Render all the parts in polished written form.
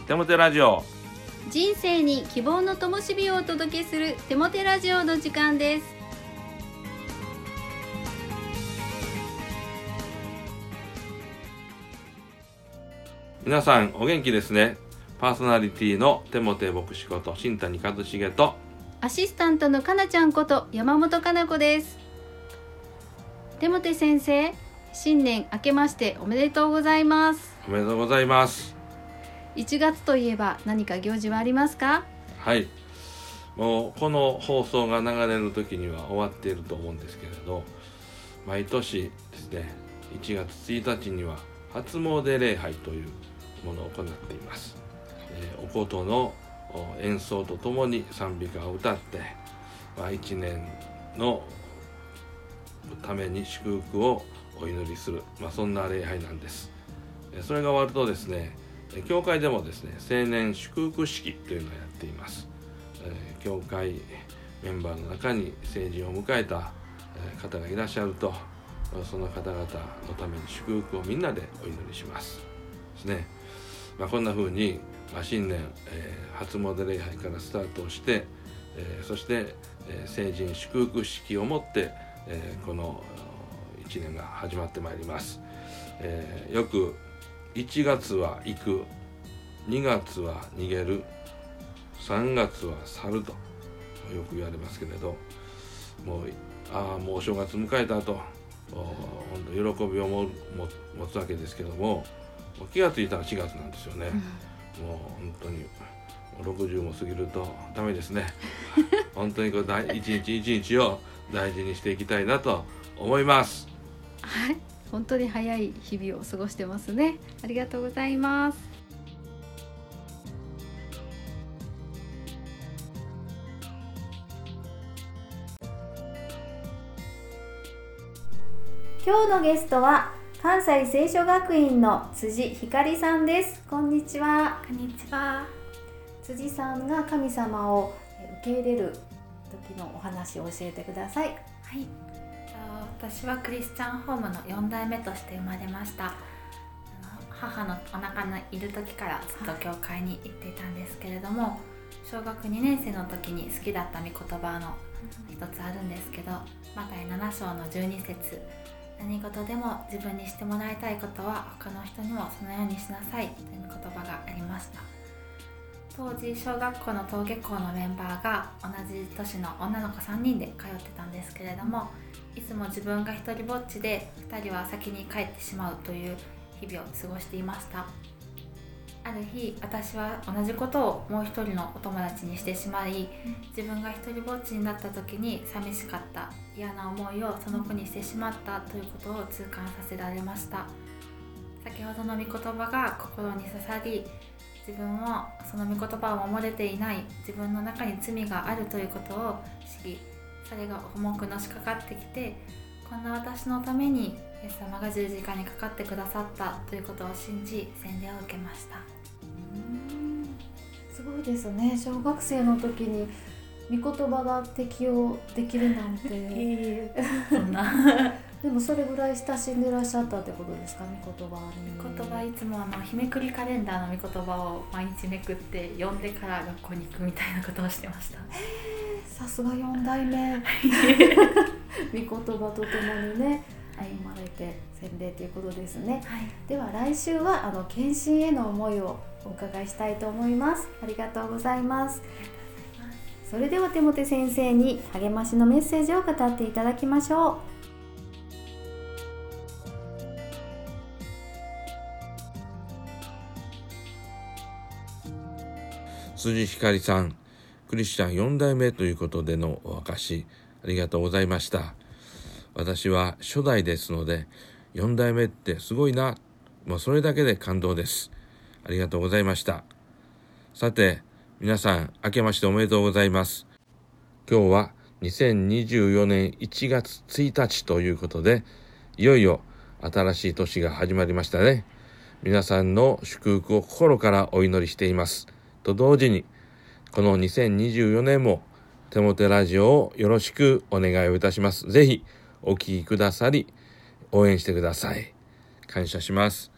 テモテラジオ。 人生に希望の灯火をお届けするテモテラジオの時間です。 皆さんお元気ですね。パーソナリティのテモテ牧師こと新谷一茂とアシスタントのかなちゃんこと山本かな子です。テモテ先生、新年明けましておめでとうございます。 おめでとうございます。 1月といえば何か行事はありますか？ はい、もうこの放送が流れる時には終わっていると思うんですけれど、毎年ですね1月1日には初詣礼拝というものを行っています。お琴の演奏とともに賛美歌を歌って、1年のために祝福をお祈りする、そんな礼拝なんです。それが終わるとですね、教会でもですね青年祝福式というのをやっています。教会メンバーの中に成人を迎えた方がいらっしゃると、その方々のために祝福をみんなでお祈りしますですね。こんな風に、新年、初詣礼拝からスタートをして、そして、成人祝福式をもって、この1年が始まってまいります。よく1月は行く、2月は逃げる、3月は去るとよく言われますけれど、もうお正月迎えたと喜びを持つわけですけども、気がついたら4月なんですよね。もう本当に60も過ぎるとダメですね。本当に一日一日を大事にしていきたいなと思います。 はい、本当に早い日々を過ごしてますね。ありがとうございます。今日のゲストは関西聖書学院の辻ひかりさんです。こんにちは。 こんにちは。 辻さんが神様を受け入れる時のお話を教えてください。 はい、私はクリスチャンホームの4代目として生まれました。母のお腹にいる時からずっと教会に行っていたんですけれども、小学2年生の時に好きだった御言葉の一つあるんですけど、マタイ7章の12節、何事でも自分にしてもらいたいことは他の人にもそのようにしなさいという言葉がありました。当時小学校の登下校のメンバーが同じ年の女の子3人で通ってたんですけれども、いつも自分が一人ぼっちで2人は先に帰ってしまうという日々を過ごしていました。ある日、私は同じことをもう一人のお友達にしてしまい、自分が一人ぼっちになった時に寂しかった、嫌な思いをその子にしてしまったということを痛感させられました。先ほどの御言葉が心に刺さり、自分もその御言葉を守れていない、自分の中に罪があるということを知り、それが重くのしかかってきて、こんな私のためにイエス様が十字架にかかってくださったということを信じ、洗礼を受けました。 すごいですね。小学生の時に御言葉が適用できるなんてそんなでもそれぐらい親しんでらっしゃったってことですか？御言葉に。 言葉、いつも日めくりカレンダーの御言葉を毎日めくって読んでから学校に行くみたいなことをしてました。 さすが4代目御言葉とともにね歩まれて洗礼ということですね。 はい、 では来週は献身への思いをお伺いしたいと思います。ありがとうございます。それではテモテ先生に励ましのメッセージを語っていただきましょう。 辻ひかりさん、クリスチャン4代目ということでのお証しありがとうございました。私は初代ですので4代目ってすごいな、それだけで感動です。ありがとうございました。さて皆さん明けましておめでとうございます。今日は2024年1月1日ということで、いよいよ新しい年が始まりましたね。皆さんの祝福を心からお祈りしていますと同時に、この2024年もテモテラジオをよろしくお願いをいたします。ぜひお聞きくださり応援してください。感謝します。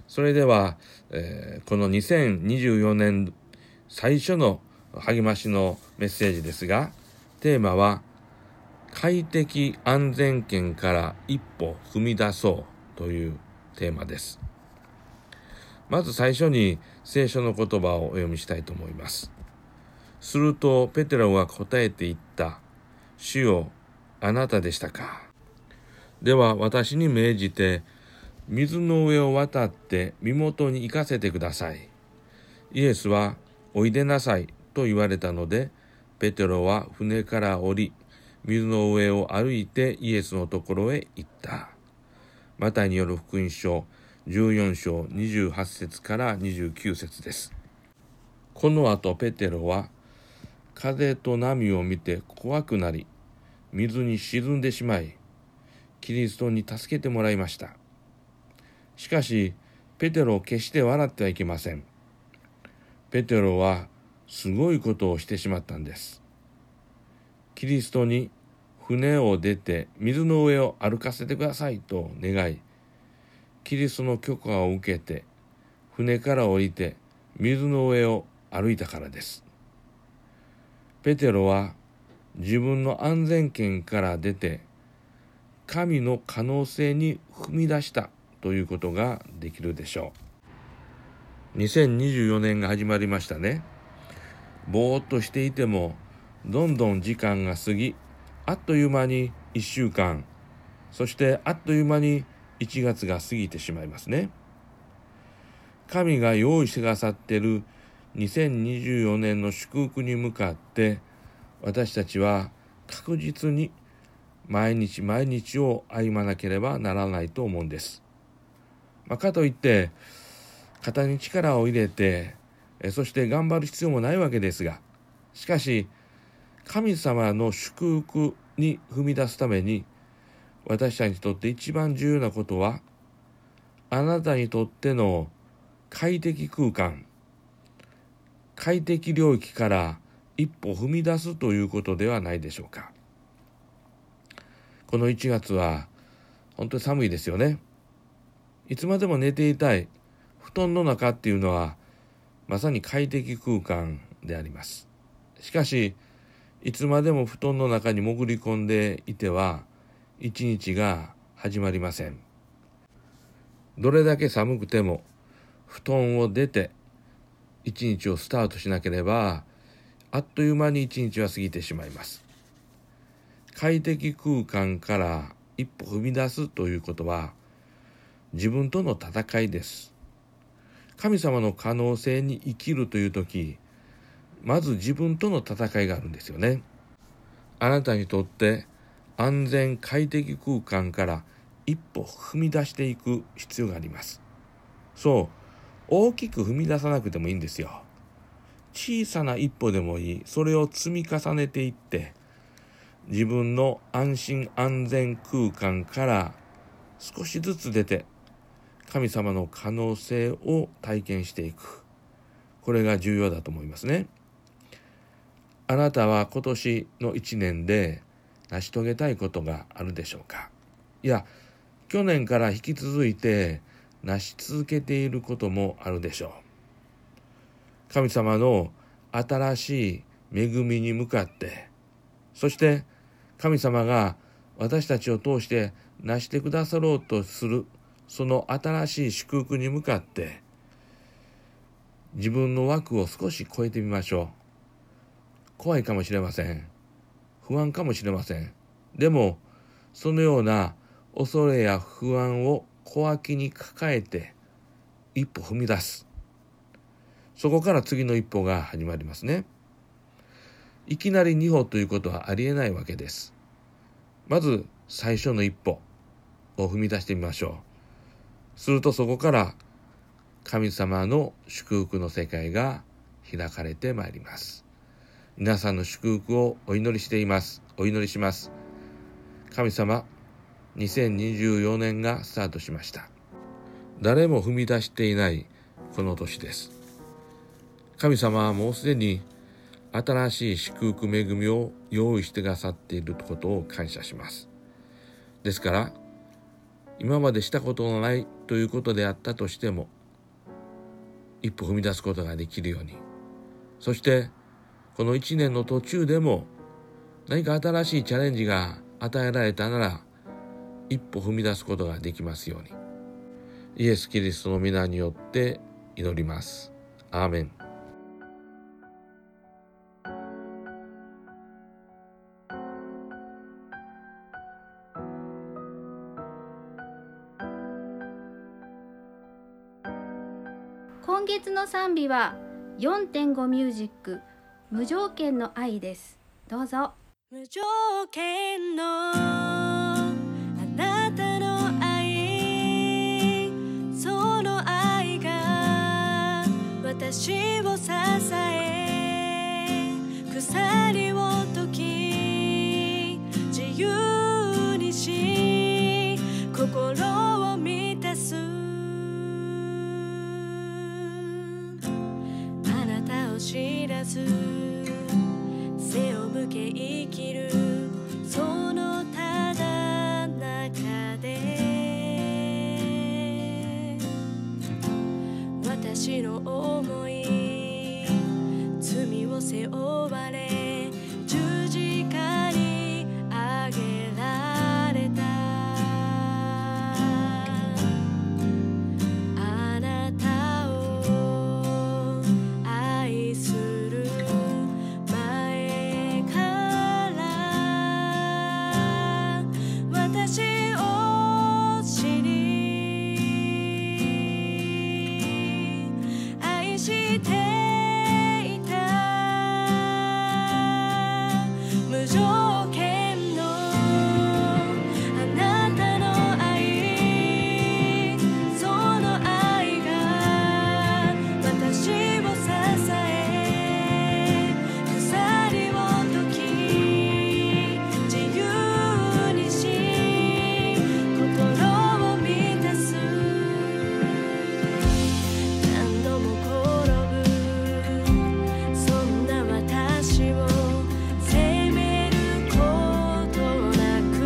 それでは、この2024年最初の励ましのメッセージですが、テーマは快適安全圏から一歩踏み出そうというテーマです。まず最初に聖書の言葉をお読みしたいと思います。するとペテロが答えて言った。主よ、あなたでしたか。では私に命じて水の上を渡って身元に行かせてください。イエスはおいでなさいと言われたので、ペテロは船から降り、水の上を歩いてイエスのところへ行った。マタイによる福音書14章28節から29節です。この後ペテロは風と波を見て怖くなり、水に沈んでしまい、キリストに助けてもらいました。しかし、ペテロを決して笑ってはいけません。ペテロはすごいことをしてしまったんです。キリストに船を出て水の上を歩かせてくださいと願い、キリストの許可を受けて、船から降りて水の上を歩いたからです。ペテロは自分の安全圏から出て、神の可能性に踏み出したということができるでしょう。2024年が始まりましたね。ぼーっとしていてもどんどん時間が過ぎ、あっという間に1週間、そしてあっという間に1月が過ぎてしまいますね。神が用意してくださっている2024年の祝福に向かって、私たちは確実に毎日毎日を歩まなければならないと思うんです。かといって肩に力を入れてそして頑張る必要もないわけですが、しかし神様の祝福に踏み出すために、私たちにとって一番重要なことは、あなたにとっての快適空間、快適領域から一歩踏み出すということではないでしょうか。この1月は本当に寒いですよね。いつまでも寝ていたい布団の中っていうのはまさに快適空間であります。しかしいつまでも布団の中に潜り込んでいては一日が始まりません。どれだけ寒くても布団を出て一日をスタートしなければ、あっという間に一日は過ぎてしまいます。快適空間から一歩踏み出すということは自分との戦いです。神様の可能性に生きるというとき、まず自分との戦いがあるんですよね。あなたにとって安全快適空間から一歩踏み出していく必要があります。そう、大きく踏み出さなくてもいいんですよ。小さな一歩でもいい。それを積み重ねていって、自分の安心安全空間から少しずつ出て、神様の可能性を体験していく。これが重要だと思いますね。あなたは今年の1年で成し遂げたいことがあるでしょうか。いや、去年から引き続いて成し続けていることもあるでしょう。神様の新しい恵みに向かって、そして神様が私たちを通して成してくださろうとするその新しい祝福に向かって、自分の枠を少し超えてみましょう。怖いかもしれません。不安かもしれません。でもそのような恐れや不安を小脇に抱えて一歩踏み出す。そこから次の一歩が始まりますね。いきなり二歩ということはありえないわけです。まず最初の一歩を踏み出してみましょう。するとそこから神様の祝福の世界が開かれてまいります。皆さんの祝福をお祈りしています。お祈りします。神様、2024年がスタートしました。誰も踏み出していないこの年です。神様はもうすでに新しい祝福恵みを用意してくださっていることを感謝します。ですから、今までしたことのないということであったとしても、 一歩踏み出すことができるように、そしてこの1年の途中でも何か新しいチャレンジが与えられたなら一歩踏み出すことができますように、イエス・キリストの皆によって祈ります。アーメン。 今月の賛美は 4.5 ミュージック無条件の愛です。どうぞ。 無条件のあなたの愛、その愛が私を支え、鎖を解き自由にし、心を満たす。あなたを知らず背を向け生きるそのただ中で、私の思い罪を背負われ十字架にあげられた。あなたを愛する前から私を知り愛していた。無条件のあなたの愛、その愛が私を支え、鎖を解き自由にし、心を満たす。何度も転ぶそんな私を責めることなく、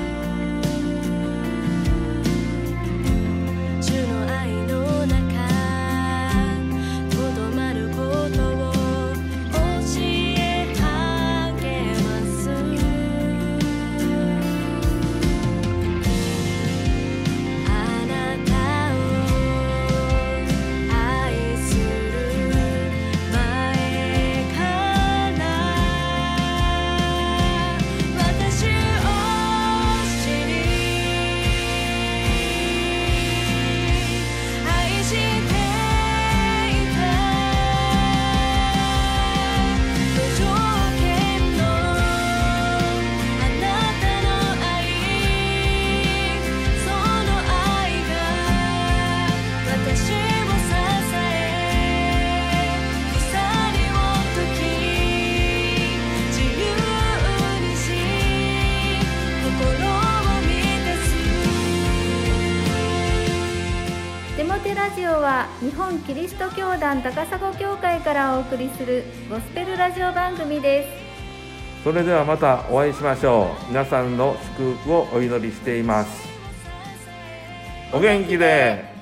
主の愛の中とどまることを教え励ます。あなたを愛する前から私を知り愛していた。無条件のあなたの愛、その愛が私を支え、鎖を解き自由にし、心を満たす。 デモテラジオは日本キリスト教団高砂教会からお送りするゴスペルラジオ番組です。 それではまたお会いしましょう。皆さんの祝福をお祈りしています。お元気で。